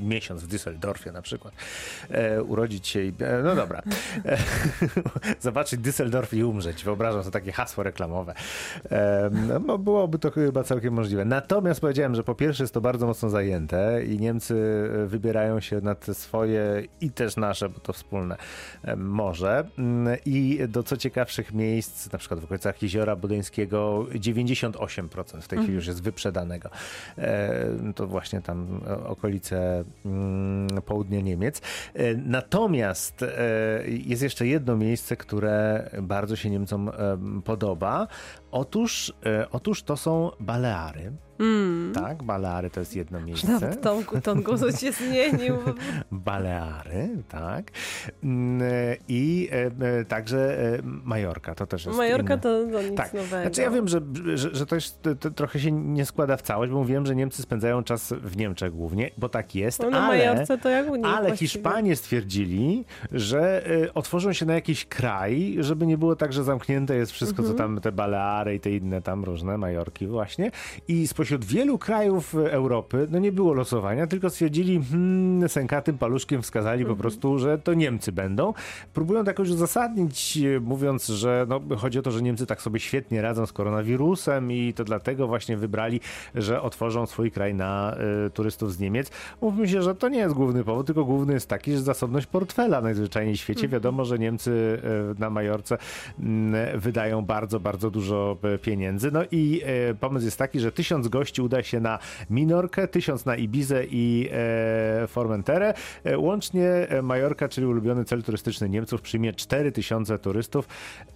miesiąc w Düsseldorfie na przykład, urodzić się i... No dobra. Zobaczyć Düsseldorf i umrzeć. Wyobrażam sobie takie hasło reklamowe. No, byłoby to chyba całkiem możliwe. Natomiast powiedziałem, że po pierwsze jest to bardzo mocno zajęte i Niemcy wybierają się na te swoje i też nasze, bo to wspólne morze. I do co ciekawszych miejsc, na przykład w okolicach Jeziora Bodeńskiego 98% w tej chwili już jest wyprzedanego. To właśnie tam okolice południa Niemiec. Natomiast jest jeszcze jedno miejsce, które bardzo się Niemcom podoba. Otóż to są Baleary. Tak, Baleary to jest jedno miejsce. Nawet ton głosu się zmienił. Baleary, tak. I także Majorka, to też jest Majorka inne. to nic tak. nowego. Znaczy ja wiem, że to trochę się nie składa w całość, bo mówiłem, że Niemcy spędzają czas w Niemczech głównie, bo tak jest, No na Majorce to jak u nich ale właściwie. Hiszpanie stwierdzili, że otworzą się na jakiś kraj, żeby nie było tak, że zamknięte jest wszystko, co tam te Baleary i te inne tam różne Majorki właśnie. I spośród wielu krajów Europy, no nie było losowania, tylko stwierdzili, sękatym paluszkiem wskazali po prostu, że to Niemcy będą. Próbują to jakoś uzasadnić, mówiąc, że no, chodzi o to, że Niemcy tak sobie świetnie radzą z koronawirusem i to dlatego właśnie wybrali, że otworzą swój kraj na turystów z Niemiec. Mówmy się, że to nie jest główny powód, tylko główny jest taki, że zasobność portfela najzwyczajniej w świecie. Wiadomo, że Niemcy na Majorce wydają bardzo, bardzo dużo pieniędzy. No i pomysł jest taki, że 1000 gości uda się na Minorkę, 1000 na Ibizę i Formenterę. Łącznie Majorka, czyli ulubiony cel turystyczny Niemców, przyjmie 4000 turystów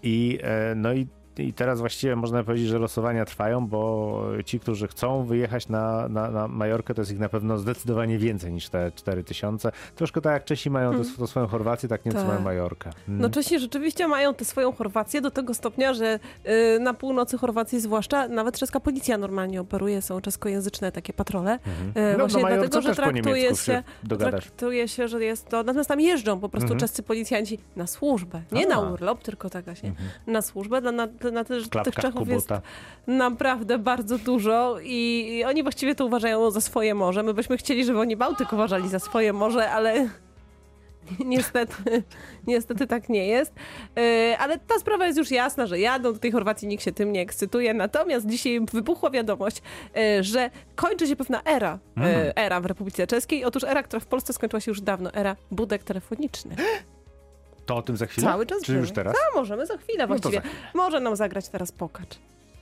i teraz właściwie można powiedzieć, że losowania trwają, bo ci, którzy chcą wyjechać na Majorkę, to jest ich na pewno zdecydowanie więcej niż te 4000. Troszkę tak jak Czesi mają to swoją Chorwację, tak Niemcy mają Majorkę. No Czesi rzeczywiście mają tę swoją Chorwację do tego stopnia, że na północy Chorwacji zwłaszcza nawet czeska policja normalnie operuje, są czeskojęzyczne takie patrole. Właśnie dlatego, że traktuje się, że jest to... Natomiast tam jeżdżą po prostu czescy policjanci na służbę. Nie na urlop, tylko tak właśnie na służbę. Tych Czechów jest naprawdę bardzo dużo i oni właściwie to uważają za swoje morze. My byśmy chcieli, żeby oni Bałtyk uważali za swoje morze, ale niestety tak nie jest. Ale ta sprawa jest już jasna, że jadą do tej Chorwacji, nikt się tym nie ekscytuje. Natomiast dzisiaj wybuchła wiadomość, że kończy się pewna era w Republice Czeskiej. Otóż era, która w Polsce skończyła się już dawno, era budek telefonicznych. To o tym za chwilę? Cały czas czy już teraz? Możemy za chwilę właściwie. No to za chwilę. Może nam zagrać teraz Pokacz.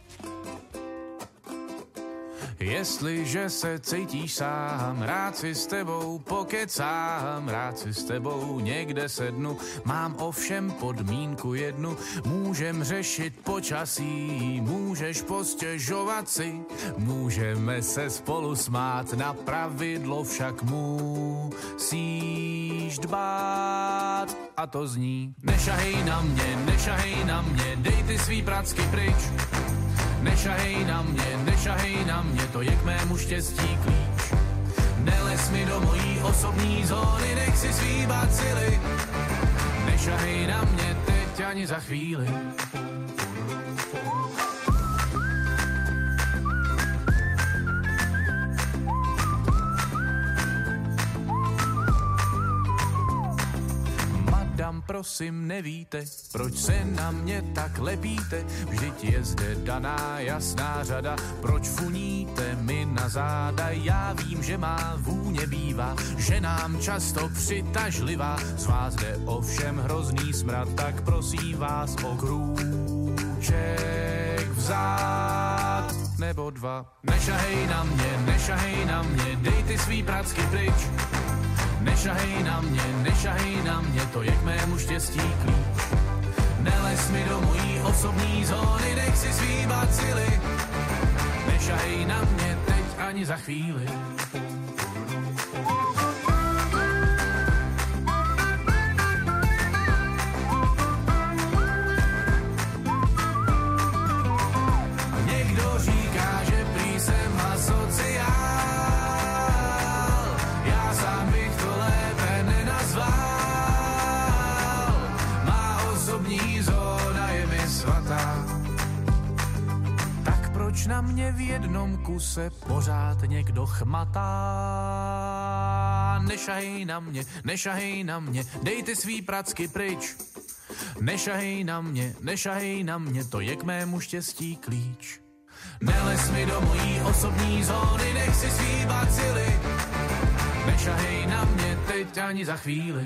Jestliže se cítíš sám, rád si s tebou pokecám, rád si s tebou někde sednu, mám ovšem podmínku jednu, můžem řešit počasí, můžeš postěžovat si, můžeme se spolu smát, na pravidlo však musíš dbát. A to zní, nešahej na mě, dej ty svý pracky pryč. Nešahej na mě, to je k mému štěstí klíč. Nelez mi do mojí osobní zóny, nech si svý bacily. Nešahej na mě teď ani za chvíli. Madam, prosím, nevíte, proč se na mě tak lepíte? Vždyť je zde daná jasná řada, proč funíte mi na záda? Já vím, že má vůně bývá, že nám často přitažlivá. Z vás jde ovšem hrozný smrad, tak prosím vás o krůček vzad nebo dva. Nešahej na mě, dej ty svý pracky pryč. Nešahej na mě, to je k mému štěstí klíč. Nelez mi do mojí osobní zóny, nech si svý bacily. Nešahej na mě teď ani za chvíli. Někdo říká, že prý jsem asociál. Já sám bych to lépe nenazval. Má osobní zóna je mi svatá. Tak proč na mě v jednom kuse pořád někdo chmatá? má, nešahej na mě, dej ty svý pracky pryč. Nešahej na mě, to je k mému štěstí klíč. Nelez mi do mojí osobní zóny, nech si svý bacily. Nešahej na mě, teď ani za chvíli.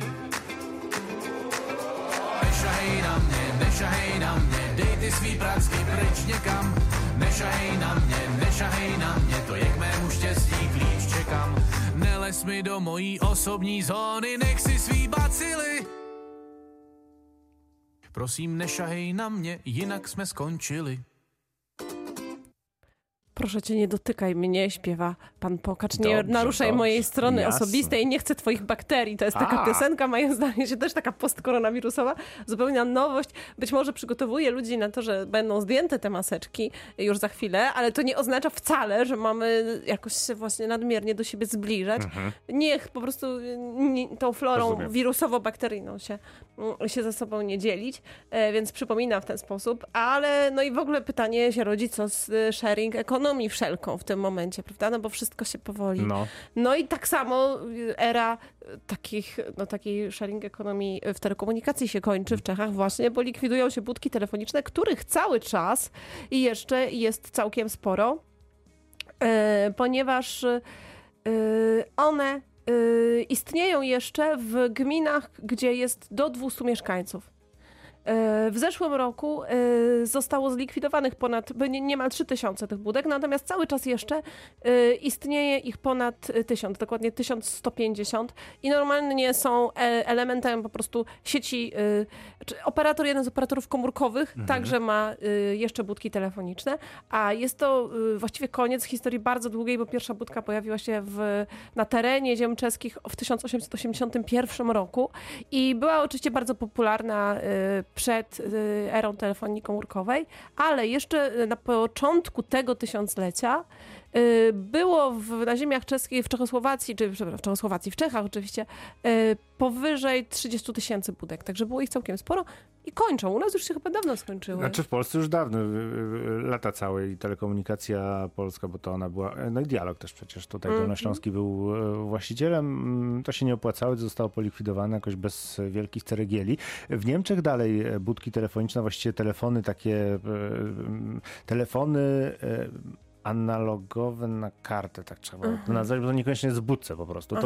Nešahej na mě, dej ty svý pracky pryč někam. Nešahej na mě, to je k mému štěstí klíč, čekám. Nelez mi do mojí osobní zóny, nech si svý bacily. Prosím, nešahej na mě, jinak jsme skončili. Proszę cię, nie dotykaj mnie, śpiewa pan Pokacz. Nie Dobrze, naruszaj dobrze. mojej strony Jasne. osobistej, nie chcę twoich bakterii. To jest taka piosenka, moim zdaniem się też taka postkoronawirusowa, zupełna nowość. Być może przygotowuje ludzi na to, że będą zdjęte te maseczki już za chwilę, ale to nie oznacza wcale, że mamy jakoś się właśnie nadmiernie do siebie zbliżać. Niech po prostu tą florą Rozumiem. wirusowo-bakteryjną się ze sobą nie dzielić, więc przypominam w ten sposób, ale no i w ogóle pytanie się rodzi, co z sharing ekonomii wszelką w tym momencie, prawda? No bo wszystko się powoli. No i tak samo era takiej sharing ekonomii w telekomunikacji się kończy w Czechach właśnie, bo likwidują się budki telefoniczne, których cały czas i jeszcze jest całkiem sporo, ponieważ one istnieją jeszcze w gminach, gdzie jest do 200 mieszkańców. W zeszłym roku zostało zlikwidowanych niemal 3000 tych budek, natomiast cały czas jeszcze istnieje ich ponad 1000, dokładnie 1150 i normalnie są elementem po prostu sieci. Jeden z operatorów komórkowych także ma jeszcze budki telefoniczne, a jest to właściwie koniec historii bardzo długiej, bo pierwsza budka pojawiła się na terenie ziem czeskich w 1881 roku i była oczywiście bardzo popularna przed erą telefonii komórkowej, ale jeszcze na początku tego tysiąclecia było na ziemiach czeskich, w Czechosłowacji, w Czechach oczywiście, powyżej 30 000 budek, także było ich całkiem sporo i kończą. U nas już się chyba dawno skończyły. Znaczy w Polsce już dawno, lata całe i telekomunikacja polska, bo to ona była, no i Dialog też przecież tutaj Dolnośląski był właścicielem. To się nie opłacało, zostało polikwidowane jakoś bez wielkich ceregieli. W Niemczech dalej budki telefoniczne, właściwie telefony analogowe na kartę, tak trzeba to nazwać, bo to niekoniecznie jest w budce po prostu.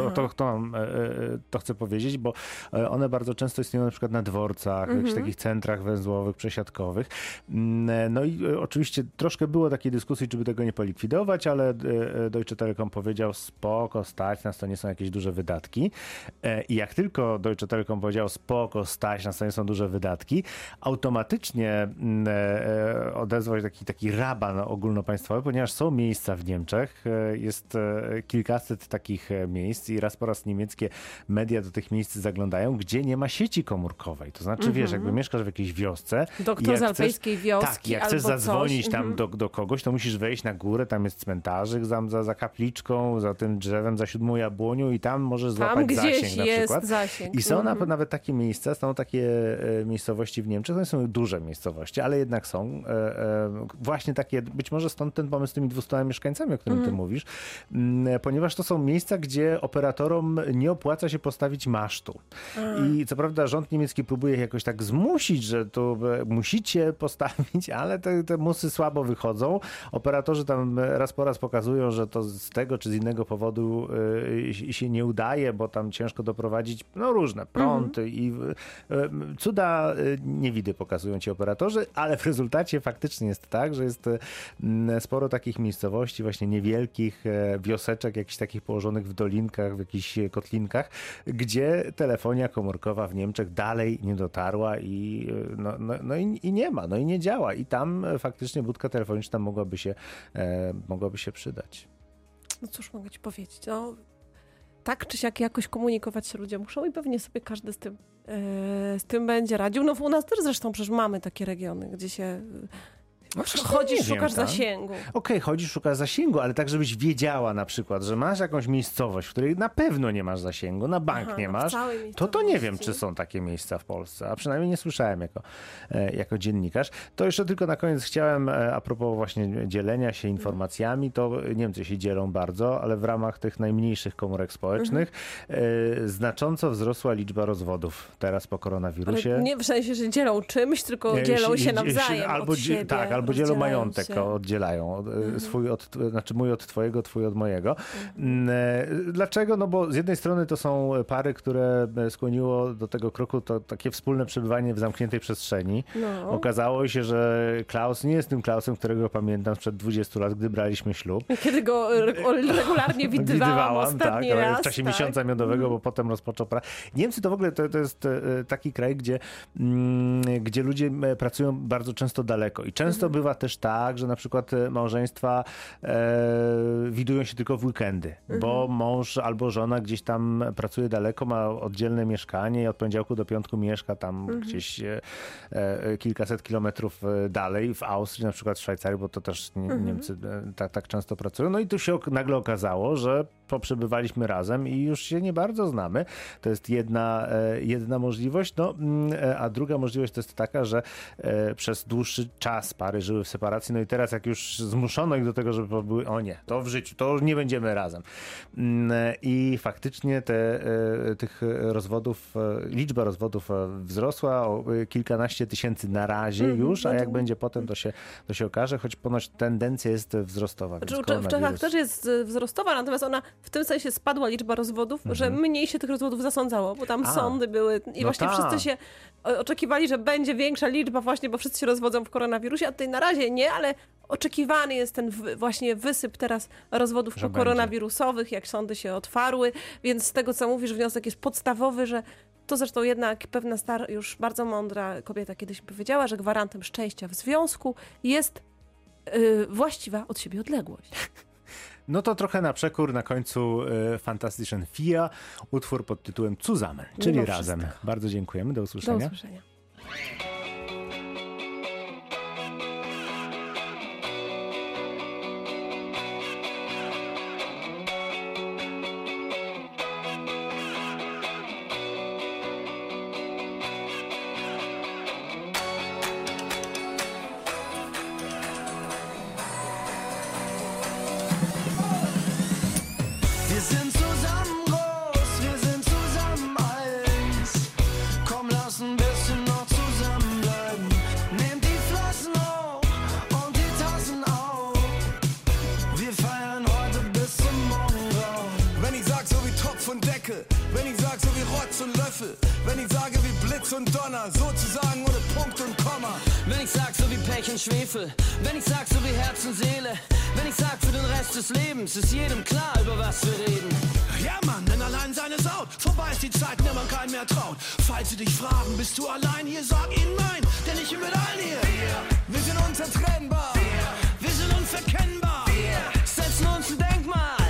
To chcę powiedzieć, bo one bardzo często istnieją na przykład na dworcach, w jakichś takich centrach węzłowych, przesiadkowych. No i oczywiście troszkę było takiej dyskusji, czy by tego nie polikwidować, ale Deutsche Telekom powiedział, spoko, stać nas, to nie są jakieś duże wydatki. I jak tylko Deutsche Telekom powiedział, spoko, stać nas, to nie są duże wydatki, automatycznie odezwał się taki raban ogólnopaństwowy, ponieważ są miejsca w Niemczech, jest kilkaset takich miejsc i raz po raz niemieckie media do tych miejsc zaglądają, gdzie nie ma sieci komórkowej. To znaczy, wiesz, jakby mieszkasz w jakiejś wiosce. Doktor z alpejskiej wioski. Tak, jak chcesz zadzwonić tam do kogoś, to musisz wejść na górę, tam jest cmentarzyk za kapliczką, za tym drzewem, za 7 jabłonią i tam możesz złapać zasięg na przykład. Zasięg. I są nawet takie miejsca, są takie miejscowości w Niemczech, to nie są duże miejscowości, ale jednak są właśnie takie, być może stąd ten pomysł z tymi 200 mieszkańcami, o którym ty mówisz, ponieważ to są miejsca, gdzie operatorom nie opłaca się postawić masztu. I co prawda rząd niemiecki próbuje ich jakoś tak zmusić, że to musicie postawić, ale te musy słabo wychodzą. Operatorzy tam raz po raz pokazują, że to z tego czy z innego powodu się nie udaje, bo tam ciężko doprowadzić różne prądy i cuda niewidy pokazują ci operatorzy, ale w rezultacie faktycznie jest tak, że jest sporo takich miejscowości, właśnie niewielkich wioseczek, jakichś takich położonych w dolinkach, w jakichś kotlinkach, gdzie telefonia komórkowa w Niemczech dalej nie dotarła i nie ma, i nie działa. I tam faktycznie budka telefoniczna mogłaby się przydać. No cóż mogę ci powiedzieć, tak czy siak jakoś komunikować się ludzie muszą i pewnie sobie każdy z tym będzie radził. No u nas też zresztą przecież mamy takie regiony, gdzie się Chodzisz, nie wiem, szukasz tam. zasięgu. Okej, chodzisz, szukasz zasięgu, ale tak, żebyś wiedziała na przykład, że masz jakąś miejscowość, w której na pewno nie masz zasięgu, na bank Aha, nie no w masz, całej to nie wiem, miejscowości. czy są takie miejsca w Polsce, a przynajmniej nie słyszałem jako dziennikarz. To jeszcze tylko na koniec chciałem, a propos właśnie dzielenia się informacjami, to Niemcy się dzielą bardzo, ale w ramach tych najmniejszych komórek społecznych znacząco wzrosła liczba rozwodów teraz po koronawirusie. Ale nie w sensie, że dzielą czymś, tylko dzielą się nawzajem albo od siebie. Tak, albo dzielą rozdzielają majątek, się. to oddzielają. Znaczy mój od twojego, twój od mojego. Dlaczego? No bo z jednej strony to są pary, które skłoniło do tego kroku to takie wspólne przebywanie w zamkniętej przestrzeni. No. Okazało się, że Klaus nie jest tym Klausem, którego pamiętam sprzed 20 lat, gdy braliśmy ślub. Kiedy go regularnie widywałam ostatni tak, raz. w czasie tak. miesiąca miodowego, bo potem rozpoczął pracę. Niemcy to w ogóle to jest taki kraj, gdzie ludzie pracują bardzo często daleko i często bywa też tak, że na przykład małżeństwa widują się tylko w weekendy, bo mąż albo żona gdzieś tam pracuje daleko, ma oddzielne mieszkanie i od poniedziałku do piątku mieszka tam gdzieś kilkaset kilometrów dalej, w Austrii, na przykład w Szwajcarii, bo to też Niemcy tak często pracują. No i tu się nagle okazało, że poprzebywaliśmy razem i już się nie bardzo znamy. To jest jedna możliwość. No, a druga możliwość to jest taka, że przez dłuższy czas pary żyły w separacji. No i teraz jak już zmuszono ich do tego, żeby były, o nie, to w życiu, to już nie będziemy razem. I faktycznie tych rozwodów, liczba rozwodów wzrosła o kilkanaście tysięcy na razie już, a jak będzie potem, to się okaże, choć ponoć tendencja jest wzrostowa. Znaczy, w Czechach też jest wzrostowa, natomiast ona w tym sensie spadła liczba rozwodów, że mniej się tych rozwodów zasądzało, bo tam sądy były i właśnie wszyscy się oczekiwali, że będzie większa liczba właśnie, bo wszyscy się rozwodzą w koronawirusie, a tutaj na razie nie, ale oczekiwany jest ten właśnie wysyp teraz rozwodów koronawirusowych, jak sądy się otwarły, więc z tego, co mówisz, wniosek jest podstawowy, że to zresztą jednak pewna już bardzo mądra kobieta kiedyś powiedziała, że gwarantem szczęścia w związku jest właściwa od siebie odległość. No to trochę na przekór na końcu Fantastischen Vier, utwór pod tytułem Zusammen, czyli razem. Bardzo dziękujemy, do usłyszenia. Do usłyszenia. Wir sind zusammen groß, wir sind zusammen eins. Komm, lass ein bisschen noch zusammenbleiben. Nehmt die Flossen hoch und die Tassen auf. Wir feiern heute bis zum Morgengrauen. Wenn ich sag so wie Topf und Deckel, wenn ich sag so wie Rotz und Löffel, wenn ich sage wie Blitz und Donner, sozusagen ohne Punkt und Komma. Wenn ich sag so wie Pech und Schwefel, wenn ich sag so wie Herz und Seele, wenn ich sag für den Rest des Lebens, ist jedem klar, über was wir reden. Ja Mann, denn allein seine Saut, vorbei ist die Zeit, in der man keinen mehr traut. Falls sie dich fragen, bist du allein hier, sag ihnen nein, denn ich bin mit allen hier. Wir sind unzertrennbar, wir sind unverkennbar, Setzen uns ein Denkmal.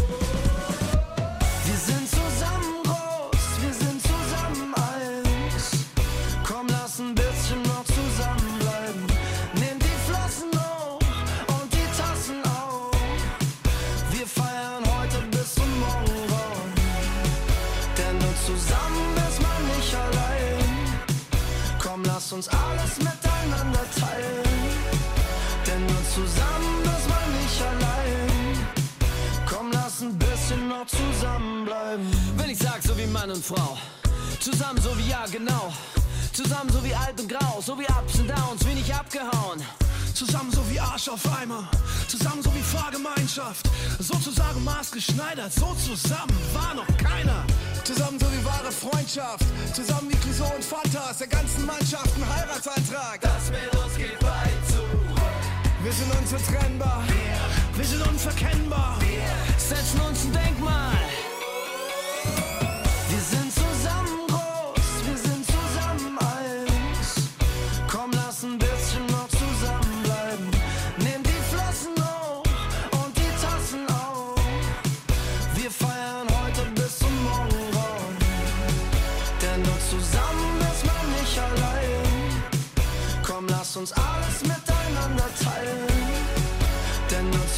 Wir sind zusammen groß, wir sind zusammen eins. Komm, lass ein bisschen noch zusammenbleiben. Nehmt die Flossen hoch und die Tassen auf. Wir feiern heute bis zum Morgengrauen. Denn nur zusammen ist man nicht allein. Komm, lass uns alles miteinander teilen. Denn nur zusammen ist man nicht allein. Komm, lass ein bisschen noch zusammenbleiben. Wenn ich sag, so wie Mann und Frau, zusammen so wie ja genau, zusammen so wie alt und grau, so wie Ups und Downs, wie nicht abgehauen. zusammen so wie Arsch auf Eimer, zusammen so wie Fahrgemeinschaft, sozusagen maßgeschneidert, so zusammen war noch keiner. Zusammen so wie wahre Freundschaft, zusammen wie Clouseau und Fanta, aus der ganzen Mannschaft ein Heiratsantrag. Das mit uns geht weit zu. Wir sind unzertrennbar, wir sind unverkennbar, Setzen uns ein Denkmal. Wir sind zusammen groß, wir sind zusammen eins. Komm, lass ein bisschen noch zusammenbleiben. Nimm die Flossen hoch und die Tassen auf. Wir feiern heute bis zum Morgengrauen. Denn nur zusammen ist man nicht allein. Komm, lass uns alles miteinander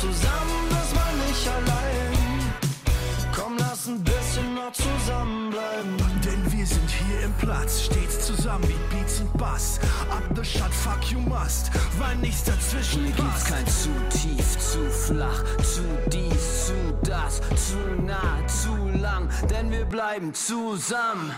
zusammen, das war nicht allein. Komm, lass ein bisschen noch zusammenbleiben. Denn wir sind hier im Platz, stets zusammen wie Beats und Bass. Up the shot, fuck you must, weil nichts dazwischen Hier gibt's passt. kein zu tief, zu flach, zu dies, zu das, zu nah, zu lang, denn wir bleiben zusammen.